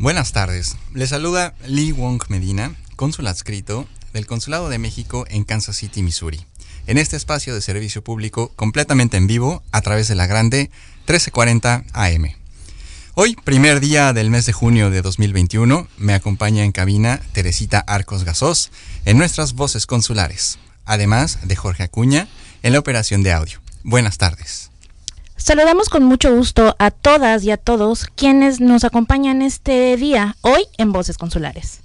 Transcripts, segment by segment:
Buenas tardes, les saluda Lee Wong Medina, cónsul adscrito del Consulado de México en Kansas City, Missouri, en este espacio de servicio público completamente en vivo a través de la grande 1340 AM. Hoy, primer día del mes de junio de 2021, me acompaña en cabina Teresita Arcos Gasós en nuestras voces consulares, además de Jorge Acuña en la operación de audio. Buenas tardes. Saludamos con mucho gusto a todas y a todos quienes nos acompañan este día, hoy en Voces Consulares.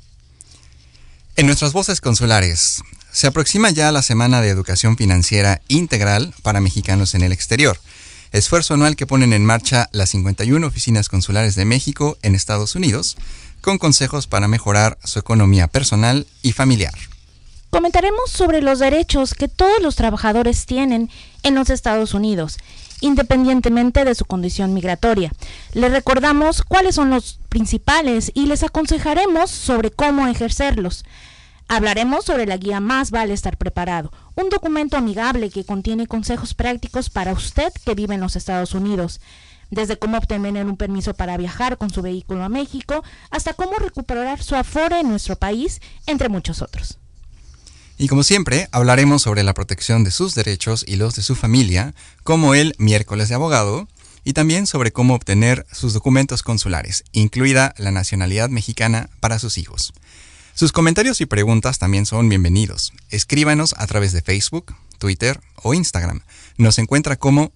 En nuestras voces consulares, se aproxima ya la Semana de Educación Financiera Integral para Mexicanos en el Exterior, esfuerzo anual que ponen en marcha las 51 oficinas consulares de México en Estados Unidos, con consejos para mejorar su economía personal y familiar. Comentaremos sobre los derechos que todos los trabajadores tienen en los Estados Unidos, independientemente de su condición migratoria. Les recordamos cuáles son los principales y les aconsejaremos sobre cómo ejercerlos. Hablaremos sobre la guía Más vale estar preparado, un documento amigable que contiene consejos prácticos para usted que vive en los Estados Unidos, desde cómo obtener un permiso para viajar con su vehículo a México, hasta cómo recuperar su afore en nuestro país, entre muchos otros. Y como siempre, hablaremos sobre la protección de sus derechos y los de su familia, como el miércoles de abogado, y también sobre cómo obtener sus documentos consulares, incluida la nacionalidad mexicana para sus hijos. Sus comentarios y preguntas también son bienvenidos. Escríbanos a través de Facebook, Twitter o Instagram. Nos encuentra como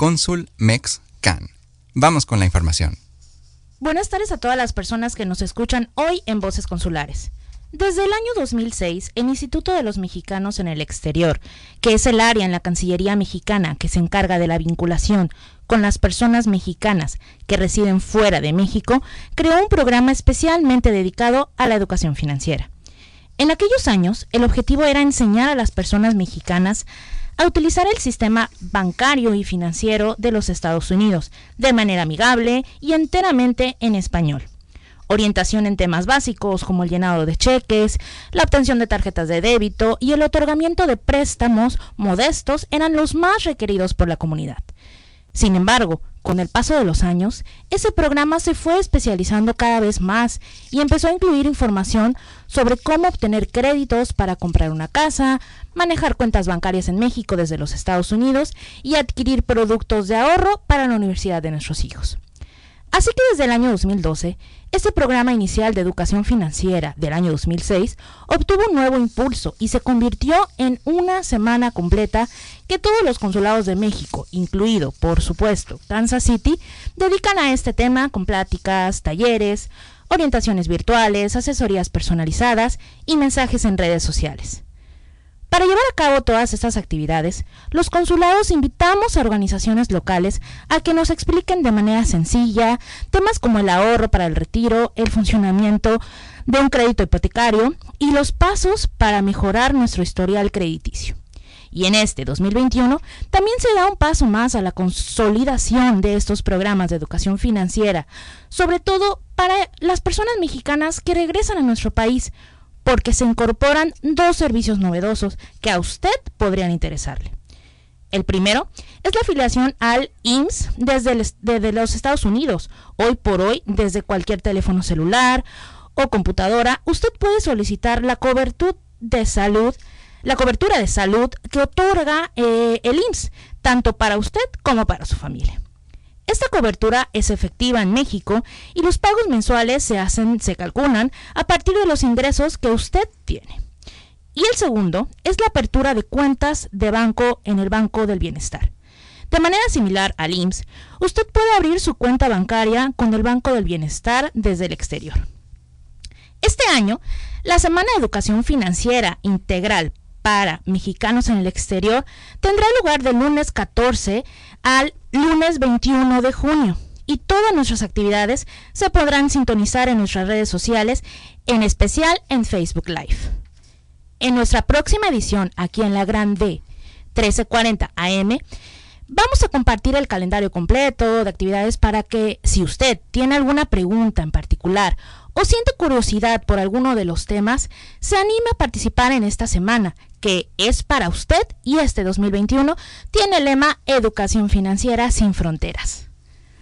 ConsulMexCan. Vamos con la información. Buenas tardes a todas las personas que nos escuchan hoy en Voces Consulares. Desde el año 2006, el Instituto de los Mexicanos en el Exterior, que es el área en la Cancillería mexicana que se encarga de la vinculación con las personas mexicanas que residen fuera de México, creó un programa especialmente dedicado a la educación financiera. En aquellos años, el objetivo era enseñar a las personas mexicanas a utilizar el sistema bancario y financiero de los Estados Unidos de manera amigable y enteramente en español. Orientación en temas básicos como el llenado de cheques, la obtención de tarjetas de débito y el otorgamiento de préstamos modestos eran los más requeridos por la comunidad. Sin embargo, con el paso de los años, ese programa se fue especializando cada vez más y empezó a incluir información sobre cómo obtener créditos para comprar una casa, manejar cuentas bancarias en México desde los Estados Unidos y adquirir productos de ahorro para la universidad de nuestros hijos. Así que desde el año 2012, este programa inicial de educación financiera del año 2006 obtuvo un nuevo impulso y se convirtió en una semana completa que todos los consulados de México, incluido, por supuesto, Kansas City, dedican a este tema con pláticas, talleres, orientaciones virtuales, asesorías personalizadas y mensajes en redes sociales. Para llevar a cabo todas estas actividades, los consulados invitamos a organizaciones locales a que nos expliquen de manera sencilla temas como el ahorro para el retiro, el funcionamiento de un crédito hipotecario y los pasos para mejorar nuestro historial crediticio. Y en este 2021 también se da un paso más a la consolidación de estos programas de educación financiera, sobre todo para las personas mexicanas que regresan a nuestro país, porque se incorporan dos servicios novedosos que a usted podrían interesarle. El primero es la afiliación al IMSS desde los Estados Unidos. Hoy por hoy, desde cualquier teléfono celular o computadora, usted puede solicitar la cobertura de salud que otorga el IMSS, tanto para usted como para su familia. Esta cobertura es efectiva en México y los pagos mensuales se calculan a partir de los ingresos que usted tiene. Y el segundo es la apertura de cuentas de banco en el Banco del Bienestar. De manera similar al IMSS, usted puede abrir su cuenta bancaria con el Banco del Bienestar desde el exterior. Este año, la Semana de Educación Financiera Integral para Mexicanos en el Exterior tendrá lugar del lunes 14 al lunes 21 de junio y todas nuestras actividades se podrán sintonizar en nuestras redes sociales, en especial en Facebook Live. En nuestra próxima edición, aquí en la Grande 1340 AM, vamos a compartir el calendario completo de actividades para que, si usted tiene alguna pregunta en particular o siente curiosidad por alguno de los temas, se anime a participar en esta semana, que es para usted y este 2021 tiene el lema Educación Financiera sin Fronteras.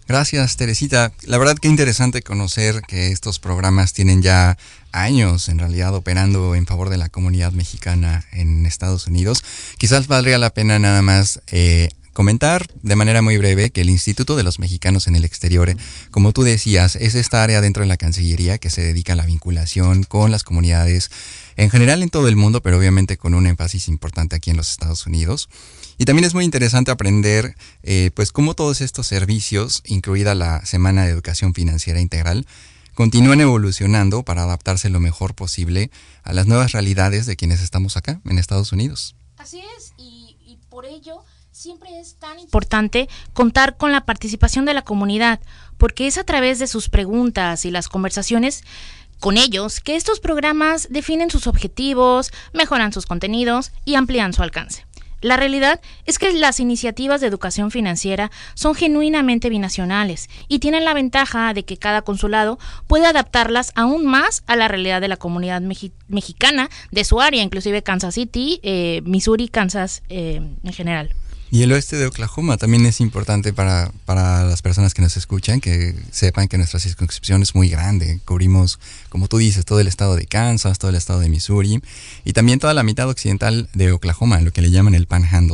Gracias, Teresita. La verdad que interesante conocer que estos programas tienen ya años en realidad operando en favor de la comunidad mexicana en Estados Unidos. Quizás valdría la pena nada más comentar de manera muy breve que el Instituto de los Mexicanos en el Exterior, como tú decías, es esta área dentro de la Cancillería que se dedica a la vinculación con las comunidades en general en todo el mundo, pero obviamente con un énfasis importante aquí en los Estados Unidos. Y también es muy interesante aprender pues cómo todos estos servicios, incluida la Semana de Educación Financiera Integral, continúan evolucionando para adaptarse lo mejor posible a las nuevas realidades de quienes estamos acá en Estados Unidos. Así es, y por ello siempre es tan importante contar con la participación de la comunidad, porque es a través de sus preguntas y las conversaciones con ellos que estos programas definen sus objetivos, mejoran sus contenidos y amplían su alcance. La realidad es que las iniciativas de educación financiera son genuinamente binacionales y tienen la ventaja de que cada consulado puede adaptarlas aún más a la realidad de la comunidad mexicana de su área, inclusive Kansas City, Missouri, Kansas en general. Y el oeste de Oklahoma también es importante para las personas que nos escuchan, que sepan que nuestra circunscripción es muy grande. Cubrimos, como tú dices, todo el estado de Kansas, todo el estado de Missouri y también toda la mitad occidental de Oklahoma, lo que le llaman el Panhandle.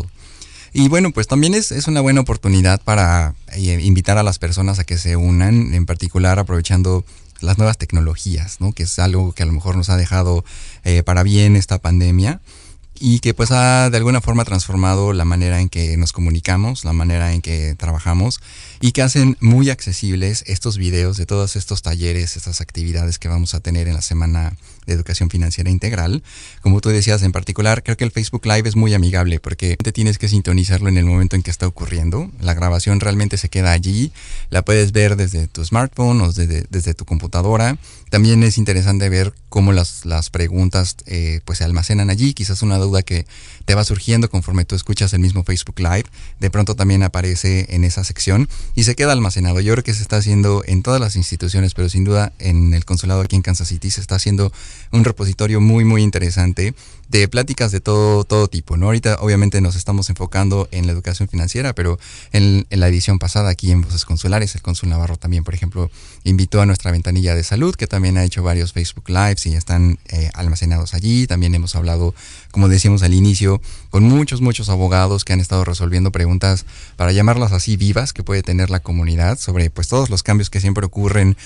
Y bueno, pues también es una buena oportunidad para invitar a las personas a que se unan, en particular aprovechando las nuevas tecnologías, ¿no? Que es algo que a lo mejor nos ha dejado para bien esta pandemia. Y que pues ha de alguna forma transformado la manera en que nos comunicamos, la manera en que trabajamos y que hacen muy accesibles estos videos de todos estos talleres, estas actividades que vamos a tener en la Semana de Educación Financiera Integral. Como tú decías, en particular, creo que el Facebook Live es muy amigable porque te tienes que sintonizarlo en el momento en que está ocurriendo. La grabación realmente se queda allí, la puedes ver desde tu smartphone o desde tu computadora. También es interesante ver cómo las preguntas pues se almacenan allí. Quizás una duda que te va surgiendo conforme tú escuchas el mismo Facebook Live, de pronto también aparece en esa sección y se queda almacenado. Yo creo que se está haciendo en todas las instituciones, pero sin duda en el consulado aquí en Kansas City se está haciendo un repositorio muy muy interesante de pláticas de todo tipo, ¿no? Ahorita obviamente nos estamos enfocando en la educación financiera, pero en la edición pasada aquí en Voces Consulares, el cónsul Navarro también, por ejemplo, invitó a nuestra ventanilla de salud, que también ha hecho varios Facebook Lives y están almacenados allí. También hemos hablado, como decíamos al inicio, con muchos abogados que han estado resolviendo preguntas, para llamarlas así, vivas, que puede tener la comunidad sobre pues todos los cambios que siempre ocurren.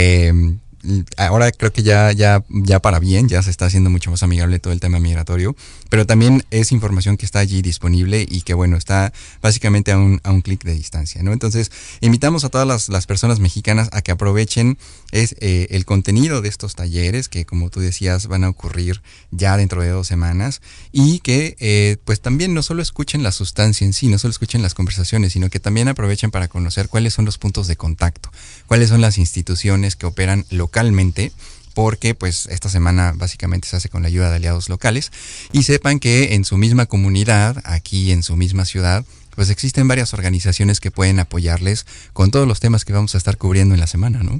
Ahora creo que ya para bien, ya se está haciendo mucho más amigable todo el tema migratorio, pero también es información que está allí disponible y que bueno, está básicamente a un clic de distancia, ¿no? Entonces, invitamos a todas las personas mexicanas a que aprovechen el contenido de estos talleres que, como tú decías, van a ocurrir ya dentro de 2 semanas y que pues también no solo escuchen la sustancia en sí, no solo escuchen las conversaciones, sino que también aprovechen para conocer cuáles son los puntos de contacto, cuáles son las instituciones que operan localmente, porque pues esta semana básicamente se hace con la ayuda de aliados locales, y sepan que en su misma comunidad, aquí en su misma ciudad, pues existen varias organizaciones que pueden apoyarles con todos los temas que vamos a estar cubriendo en la semana, ¿no?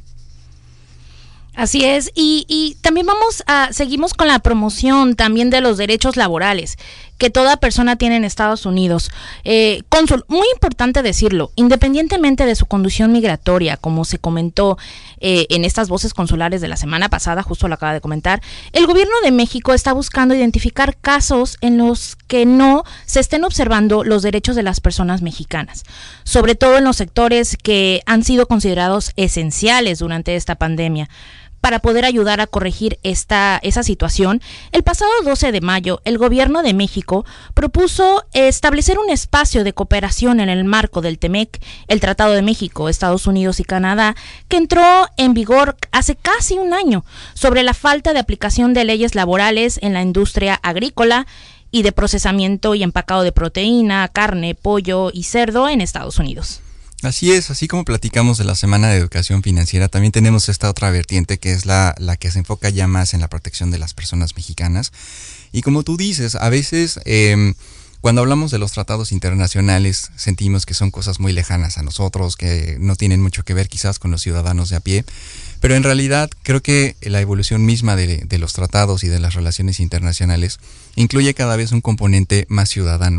Así es, y también seguimos con la promoción también de los derechos laborales que toda persona tiene en Estados Unidos. Cónsul, muy importante decirlo, independientemente de su condición migratoria, como se comentó en estas voces consulares de la semana pasada, justo lo acaba de comentar, el gobierno de México está buscando identificar casos en los que no se estén observando los derechos de las personas mexicanas, sobre todo en los sectores que han sido considerados esenciales durante esta pandemia. Para poder ayudar a corregir esa situación, el pasado 12 de mayo, el gobierno de México propuso establecer un espacio de cooperación en el marco del TEMEC, el Tratado de México, Estados Unidos y Canadá, que entró en vigor hace casi un año, sobre la falta de aplicación de leyes laborales en la industria agrícola y de procesamiento y empacado de proteína, carne, pollo y cerdo en Estados Unidos. Así es, así como platicamos de la Semana de Educación Financiera, también tenemos esta otra vertiente que es la que se enfoca ya más en la protección de las personas mexicanas. Y como tú dices, a veces cuando hablamos de los tratados internacionales sentimos que son cosas muy lejanas a nosotros, que no tienen mucho que ver quizás con los ciudadanos de a pie, pero en realidad creo que la evolución misma de los tratados y de las relaciones internacionales incluye cada vez un componente más ciudadano,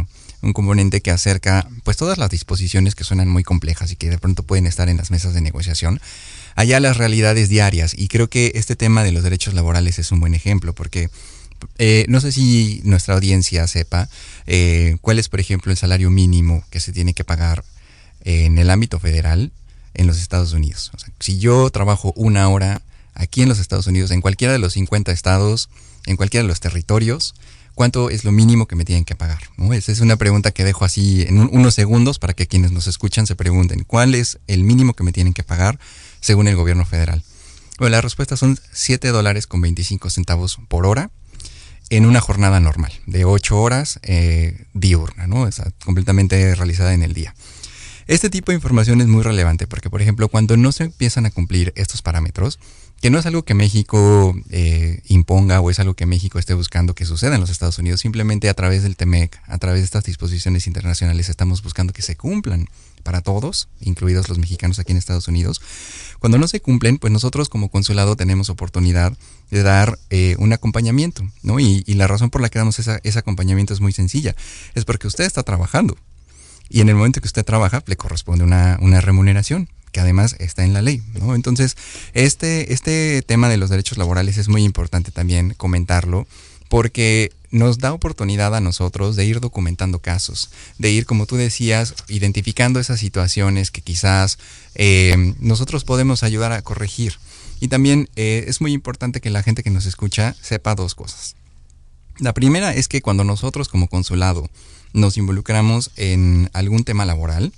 un componente que acerca pues todas las disposiciones que suenan muy complejas y que de pronto pueden estar en las mesas de negociación allá las realidades diarias. Y creo que este tema de los derechos laborales es un buen ejemplo, porque no sé si nuestra audiencia sepa cuál es, por ejemplo, el salario mínimo que se tiene que pagar en el ámbito federal en los Estados Unidos. O sea, si yo trabajo una hora aquí en los Estados Unidos, en cualquiera de los 50 estados, en cualquiera de los territorios, ¿cuánto es lo mínimo que me tienen que pagar? ¿No? Esa es una pregunta que dejo así en unos segundos para que quienes nos escuchan se pregunten, ¿cuál es el mínimo que me tienen que pagar según el gobierno federal? Bueno, la respuesta son $7.25 por hora en una jornada normal, de 8 horas diurna, ¿no? Está completamente realizada en el día. Este tipo de información es muy relevante porque, por ejemplo, cuando no se empiezan a cumplir estos parámetros, que no es algo que México imponga o es algo que México esté buscando que suceda en los Estados Unidos, simplemente a través del TEMEC, a través de estas disposiciones internacionales, estamos buscando que se cumplan para todos, incluidos los mexicanos aquí en Estados Unidos. Cuando no se cumplen, pues nosotros como consulado tenemos oportunidad de dar un acompañamiento, ¿no? Y la razón por la que damos ese acompañamiento es muy sencilla, es porque usted está trabajando y en el momento que usted trabaja le corresponde una remuneración, que además está en la ley, ¿no? Entonces, este tema de los derechos laborales es muy importante también comentarlo, porque nos da oportunidad a nosotros de ir documentando casos, de ir, como tú decías, identificando esas situaciones que quizás nosotros podemos ayudar a corregir. Y también es muy importante que la gente que nos escucha sepa dos cosas. La primera es que cuando nosotros como consulado nos involucramos en algún tema laboral,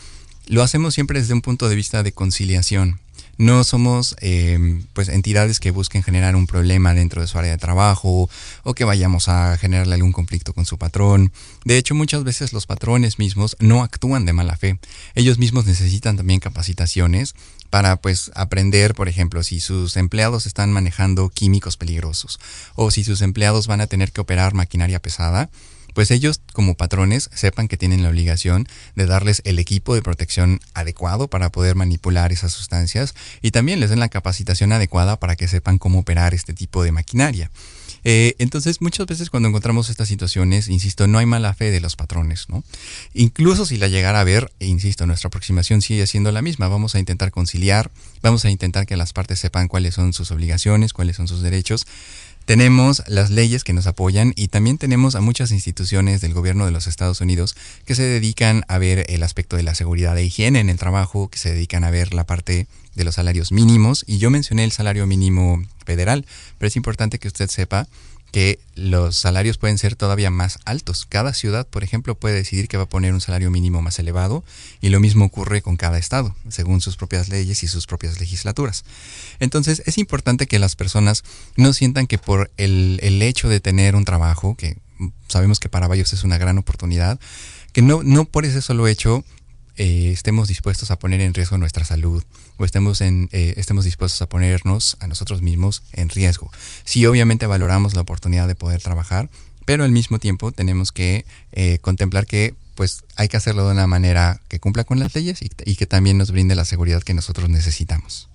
lo hacemos siempre desde un punto de vista de conciliación. No somos pues entidades que busquen generar un problema dentro de su área de trabajo o que vayamos a generarle algún conflicto con su patrón. De hecho, muchas veces los patrones mismos no actúan de mala fe. Ellos mismos necesitan también capacitaciones para pues aprender, por ejemplo, si sus empleados están manejando químicos peligrosos o si sus empleados van a tener que operar maquinaria pesada. Pues ellos como patrones sepan que tienen la obligación de darles el equipo de protección adecuado para poder manipular esas sustancias y también les den la capacitación adecuada para que sepan cómo operar este tipo de maquinaria. Entonces, muchas veces cuando encontramos estas situaciones, insisto, no hay mala fe de los patrones, ¿no? Incluso si la llegara a ver, insisto, nuestra aproximación sigue siendo la misma. Vamos a intentar conciliar, vamos a intentar que las partes sepan cuáles son sus obligaciones, cuáles son sus derechos. Tenemos las leyes que nos apoyan y también tenemos a muchas instituciones del gobierno de los Estados Unidos que se dedican a ver el aspecto de la seguridad e higiene en el trabajo, que se dedican a ver la parte de los salarios mínimos. Y yo mencioné el salario mínimo federal, pero es importante que usted sepa que los salarios pueden ser todavía más altos. Cada ciudad, por ejemplo, puede decidir que va a poner un salario mínimo más elevado y lo mismo ocurre con cada estado, según sus propias leyes y sus propias legislaturas. Entonces, es importante que las personas no sientan que por el hecho de tener un trabajo, que sabemos que para varios es una gran oportunidad, que no por ese solo hecho estemos dispuestos a poner en riesgo nuestra salud o estemos dispuestos a ponernos a nosotros mismos en riesgo. Sí, obviamente valoramos la oportunidad de poder trabajar, pero al mismo tiempo tenemos que contemplar que pues hay que hacerlo de una manera que cumpla con las leyes y que también nos brinde la seguridad que nosotros necesitamos.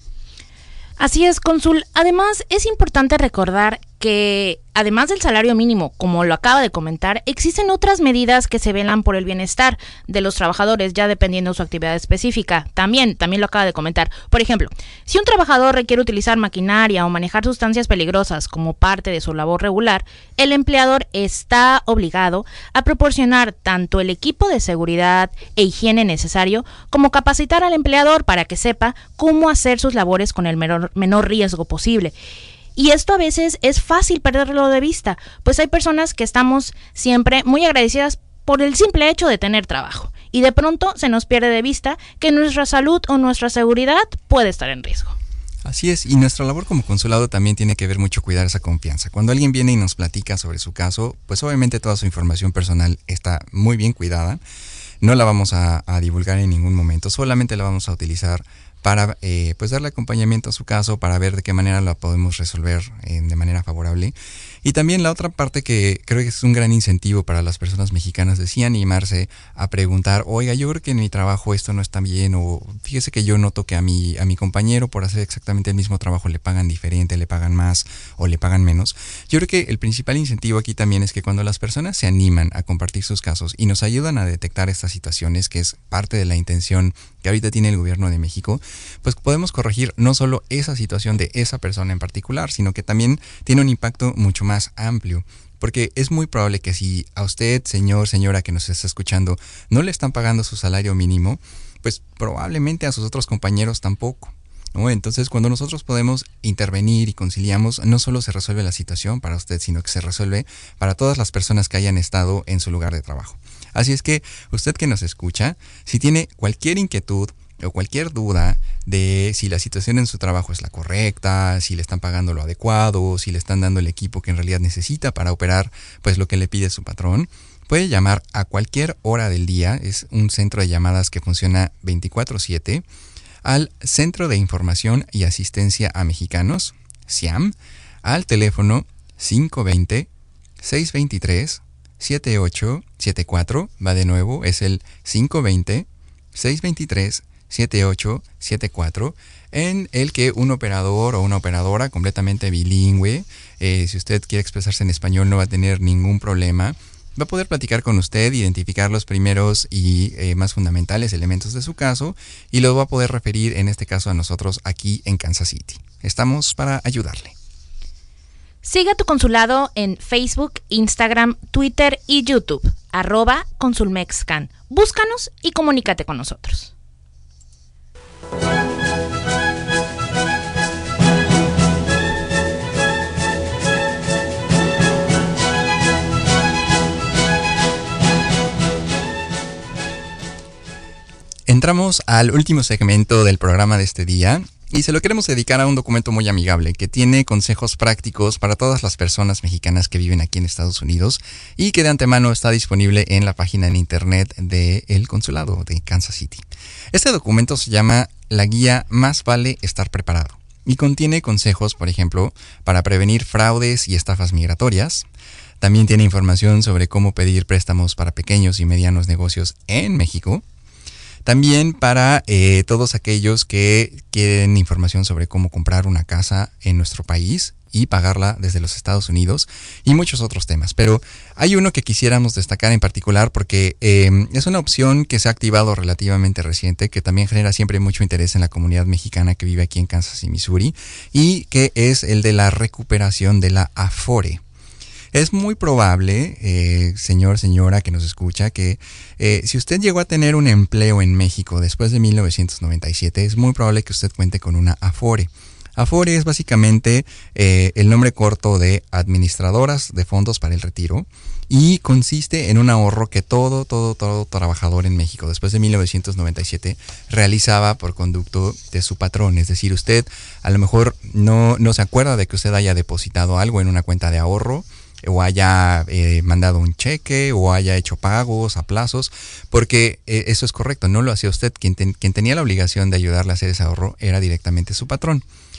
Así es, cónsul. Además, es importante recordar que, además del salario mínimo, como lo acaba de comentar, existen otras medidas que se velan por el bienestar de los trabajadores, ya dependiendo de su actividad específica. También lo acaba de comentar. Por ejemplo, si un trabajador requiere utilizar maquinaria o manejar sustancias peligrosas como parte de su labor regular, el empleador está obligado a proporcionar tanto el equipo de seguridad e higiene necesario, como capacitar al empleador para que sepa cómo hacer sus labores con el menor riesgo posible. Y esto a veces es fácil perderlo de vista, pues hay personas que estamos siempre muy agradecidas por el simple hecho de tener trabajo. Y de pronto se nos pierde de vista que nuestra salud o nuestra seguridad puede estar en riesgo. Así es, y nuestra labor como consulado también tiene que ver mucho cuidar esa confianza. Cuando alguien viene y nos platica sobre su caso, pues obviamente toda su información personal está muy bien cuidada. No la vamos a divulgar en ningún momento, solamente la vamos a utilizar para pues darle acompañamiento a su caso, para ver de qué manera lo podemos resolver de manera favorable. Y también la otra parte que creo que es un gran incentivo para las personas mexicanas es sí animarse a preguntar, oiga, yo creo que en mi trabajo esto no está bien, o fíjese que yo noto que a mi compañero por hacer exactamente el mismo trabajo le pagan diferente, le pagan más o le pagan menos. Yo creo que el principal incentivo aquí también es que cuando las personas se animan a compartir sus casos y nos ayudan a detectar estas situaciones, que es parte de la intención que ahorita tiene el gobierno de México, pues podemos corregir no solo esa situación de esa persona en particular, sino que también tiene un impacto mucho más amplio. Porque es muy probable que si a usted, señor, señora que nos está escuchando, no le están pagando su salario mínimo, pues probablemente a sus otros compañeros tampoco, ¿no? Entonces, cuando nosotros podemos intervenir y conciliamos, no solo se resuelve la situación para usted, sino que se resuelve para todas las personas que hayan estado en su lugar de trabajo. Así es que usted que nos escucha, si tiene cualquier inquietud o cualquier duda de si la situación en su trabajo es la correcta, si le están pagando lo adecuado, si le están dando el equipo que en realidad necesita para operar pues lo que le pide su patrón, puede llamar a cualquier hora del día. Es un centro de llamadas que funciona 24/7 al Centro de Información y Asistencia a Mexicanos, CIAM, al teléfono 520-623-7874. Va de nuevo, es el 520-623-7874, en el que un operador o una operadora completamente bilingüe, si usted quiere expresarse en español no va a tener ningún problema, va a poder platicar con usted, identificar los primeros y más fundamentales elementos de su caso y lo va a poder referir en este caso a nosotros aquí en Kansas City. Estamos para ayudarle. Sigue a tu consulado en Facebook, Instagram, Twitter y YouTube, @ConsulMexCan. Búscanos y comunícate con nosotros. Entramos al último segmento del programa de este día y se lo queremos dedicar a un documento muy amigable que tiene consejos prácticos para todas las personas mexicanas que viven aquí en Estados Unidos y que de antemano está disponible en la página en internet del consulado de Kansas City. Este documento se llama La Guía Más Vale Estar Preparado y contiene consejos, por ejemplo, para prevenir fraudes y estafas migratorias. También tiene información sobre cómo pedir préstamos para pequeños y medianos negocios en México. También para todos aquellos que quieren información sobre cómo comprar una casa en nuestro país y pagarla desde los Estados Unidos y muchos otros temas. Pero hay uno que quisiéramos destacar en particular porque es una opción que se ha activado relativamente reciente, que también genera siempre mucho interés en la comunidad mexicana que vive aquí en Kansas y Missouri, y que es el de la recuperación de la Afore. Es muy probable, señor, señora que nos escucha, que si usted llegó a tener un empleo en México después de 1997, es muy probable que usted cuente con una Afore. Afore es básicamente el nombre corto de Administradoras de Fondos para el Retiro y consiste en un ahorro que todo trabajador en México después de 1997 realizaba por conducto de su patrón. Es decir, usted a lo mejor no se acuerda de que usted haya depositado algo en una cuenta de ahorro, o haya mandado un cheque o haya hecho pagos a plazos, porque eso es correcto, no lo hacía usted. Quien tenía la obligación de ayudarle a hacer ese ahorro era directamente su patrón.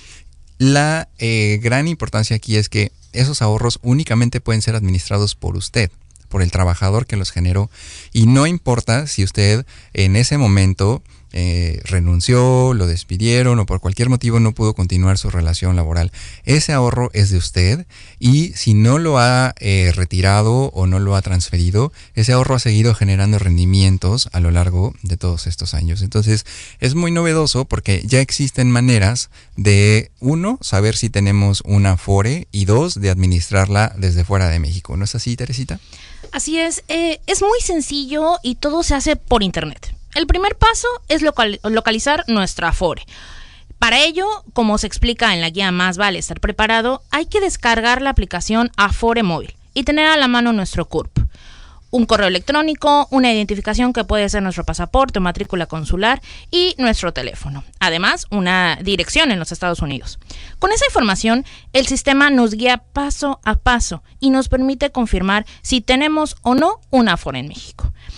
La gran importancia aquí es que esos ahorros únicamente pueden ser administrados por usted, por el trabajador que los generó, y no importa si usted en ese momento renunció, lo despidieron o por cualquier motivo no pudo continuar su relación laboral. Ese ahorro es de usted y si no lo ha retirado o no lo ha transferido, ese ahorro ha seguido generando rendimientos a lo largo de todos estos años. Entonces es muy novedoso porque ya existen maneras de, uno, saber si tenemos una Afore y dos, de administrarla desde fuera de México. ¿No es así, Teresita? Así es muy sencillo y todo se hace por internet. El primer paso es localizar nuestra Afore. Para ello, como se explica en la guía Más Vale Estar Preparado, hay que descargar la aplicación Afore Móvil y tener a la mano nuestro CURP, un correo electrónico, una identificación que puede ser nuestro pasaporte o matrícula consular y nuestro teléfono. Además, una dirección en los Estados Unidos. Con esa información, el sistema nos guía paso a paso y nos permite confirmar si tenemos o no una Afore en México.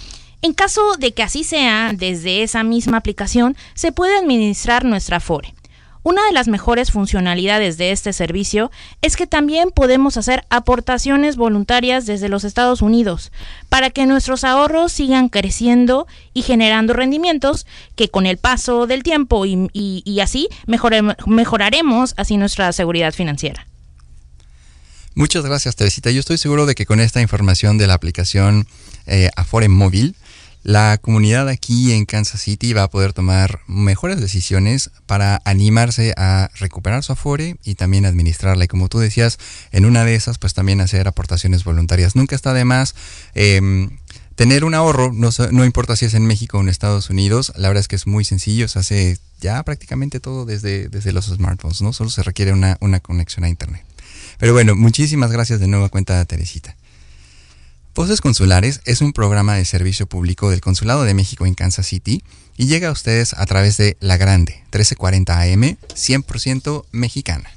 En caso de que así sea, desde esa misma aplicación se puede administrar nuestra Afore. Una de las mejores funcionalidades de este servicio es que también podemos hacer aportaciones voluntarias desde los Estados Unidos para que nuestros ahorros sigan creciendo y generando rendimientos que con el paso del tiempo y así mejoraremos así nuestra seguridad financiera. Muchas gracias, Teresita. Yo estoy seguro de que con esta información de la aplicación Afore Móvil, la comunidad aquí en Kansas City va a poder tomar mejores decisiones para animarse a recuperar su Afore y también administrarla. Y como tú decías, en una de esas, pues también hacer aportaciones voluntarias. Nunca está de más tener un ahorro, no importa si es en México o en Estados Unidos. La verdad es que es muy sencillo, se hace ya prácticamente todo desde los smartphones, ¿no? Solo se requiere una conexión a internet. Pero bueno, muchísimas gracias de nueva cuenta, Teresita. Voces Consulares es un programa de servicio público del Consulado de México en Kansas City y llega a ustedes a través de La Grande, 1340 AM, 100% mexicana.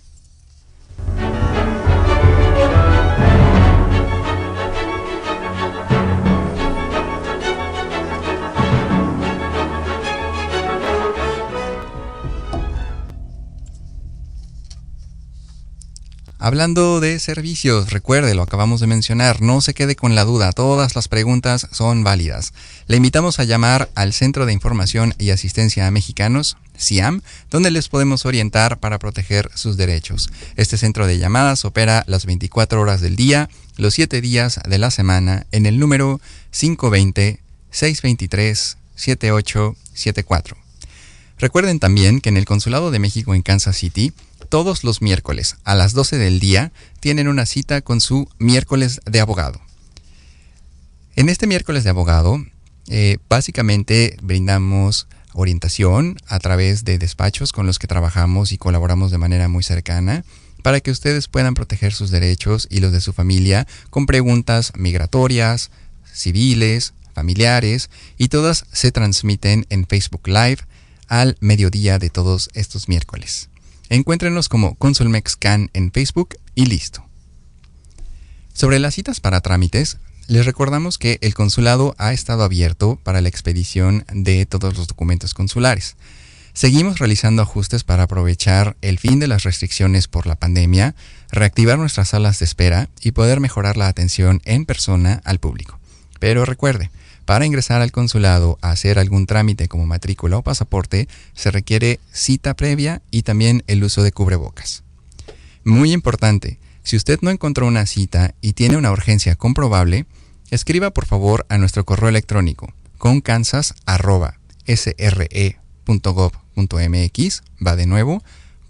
Hablando de servicios, recuerde, lo acabamos de mencionar, no se quede con la duda, todas las preguntas son válidas. Le invitamos a llamar al Centro de Información y Asistencia a Mexicanos, CIAM, donde les podemos orientar para proteger sus derechos. Este centro de llamadas opera las 24 horas del día, los 7 días de la semana, en el número 520-623-7874. Recuerden también que en el Consulado de México en Kansas City, todos los miércoles a las 12 del día tienen una cita con su miércoles de abogado. En este miércoles de abogado, básicamente brindamos orientación a través de despachos con los que trabajamos y colaboramos de manera muy cercana para que ustedes puedan proteger sus derechos y los de su familia con preguntas migratorias, civiles, familiares, y todas se transmiten en Facebook Live al mediodía de todos estos miércoles. Encuéntrenos como ConsulMexCan en Facebook y listo. Sobre las citas para trámites, les recordamos que el consulado ha estado abierto para la expedición de todos los documentos consulares. Seguimos realizando ajustes para aprovechar el fin de las restricciones por la pandemia, reactivar nuestras salas de espera y poder mejorar la atención en persona al público. Pero recuerde, para ingresar al consulado a hacer algún trámite como matrícula o pasaporte, se requiere cita previa y también el uso de cubrebocas. Muy importante, si usted no encontró una cita y tiene una urgencia comprobable, escriba por favor a nuestro correo electrónico conkansas@sre.gov.mx, va de nuevo,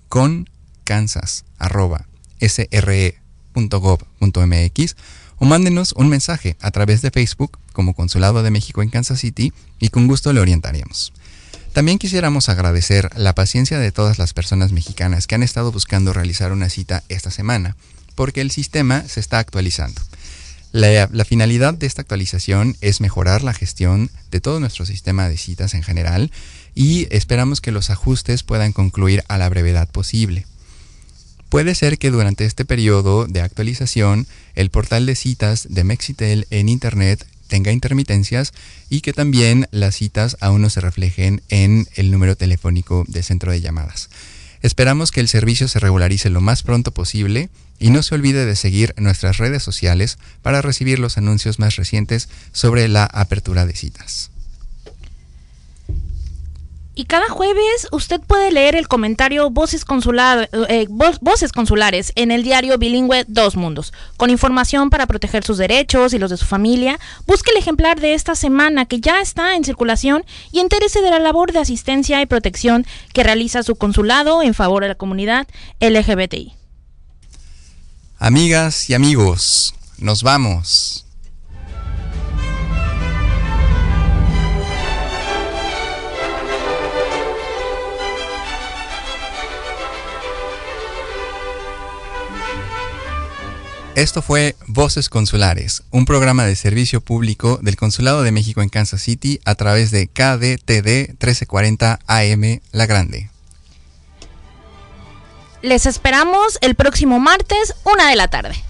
conkansas@sre.gov.mx, o mándenos un mensaje a través de Facebook como Consulado de México en Kansas City y con gusto le orientaremos. También quisiéramos agradecer la paciencia de todas las personas mexicanas que han estado buscando realizar una cita esta semana, porque el sistema se está actualizando. La finalidad de esta actualización es mejorar la gestión de todo nuestro sistema de citas en general y esperamos que los ajustes puedan concluir a la brevedad posible. Puede ser que durante este periodo de actualización el portal de citas de Mexitel en Internet tenga intermitencias y que también las citas aún no se reflejen en el número telefónico de centro de llamadas. Esperamos que el servicio se regularice lo más pronto posible y no se olvide de seguir nuestras redes sociales para recibir los anuncios más recientes sobre la apertura de citas. Y cada jueves usted puede leer el comentario Voces Consulares en el diario bilingüe Dos Mundos, con información para proteger sus derechos y los de su familia. Busque el ejemplar de esta semana que ya está en circulación y entérese de la labor de asistencia y protección que realiza su consulado en favor de la comunidad LGBTI. Amigas y amigos, nos vamos. Esto fue Voces Consulares, un programa de servicio público del Consulado de México en Kansas City a través de KDTD 1340 AM La Grande. Les esperamos el próximo martes, 1 de la tarde.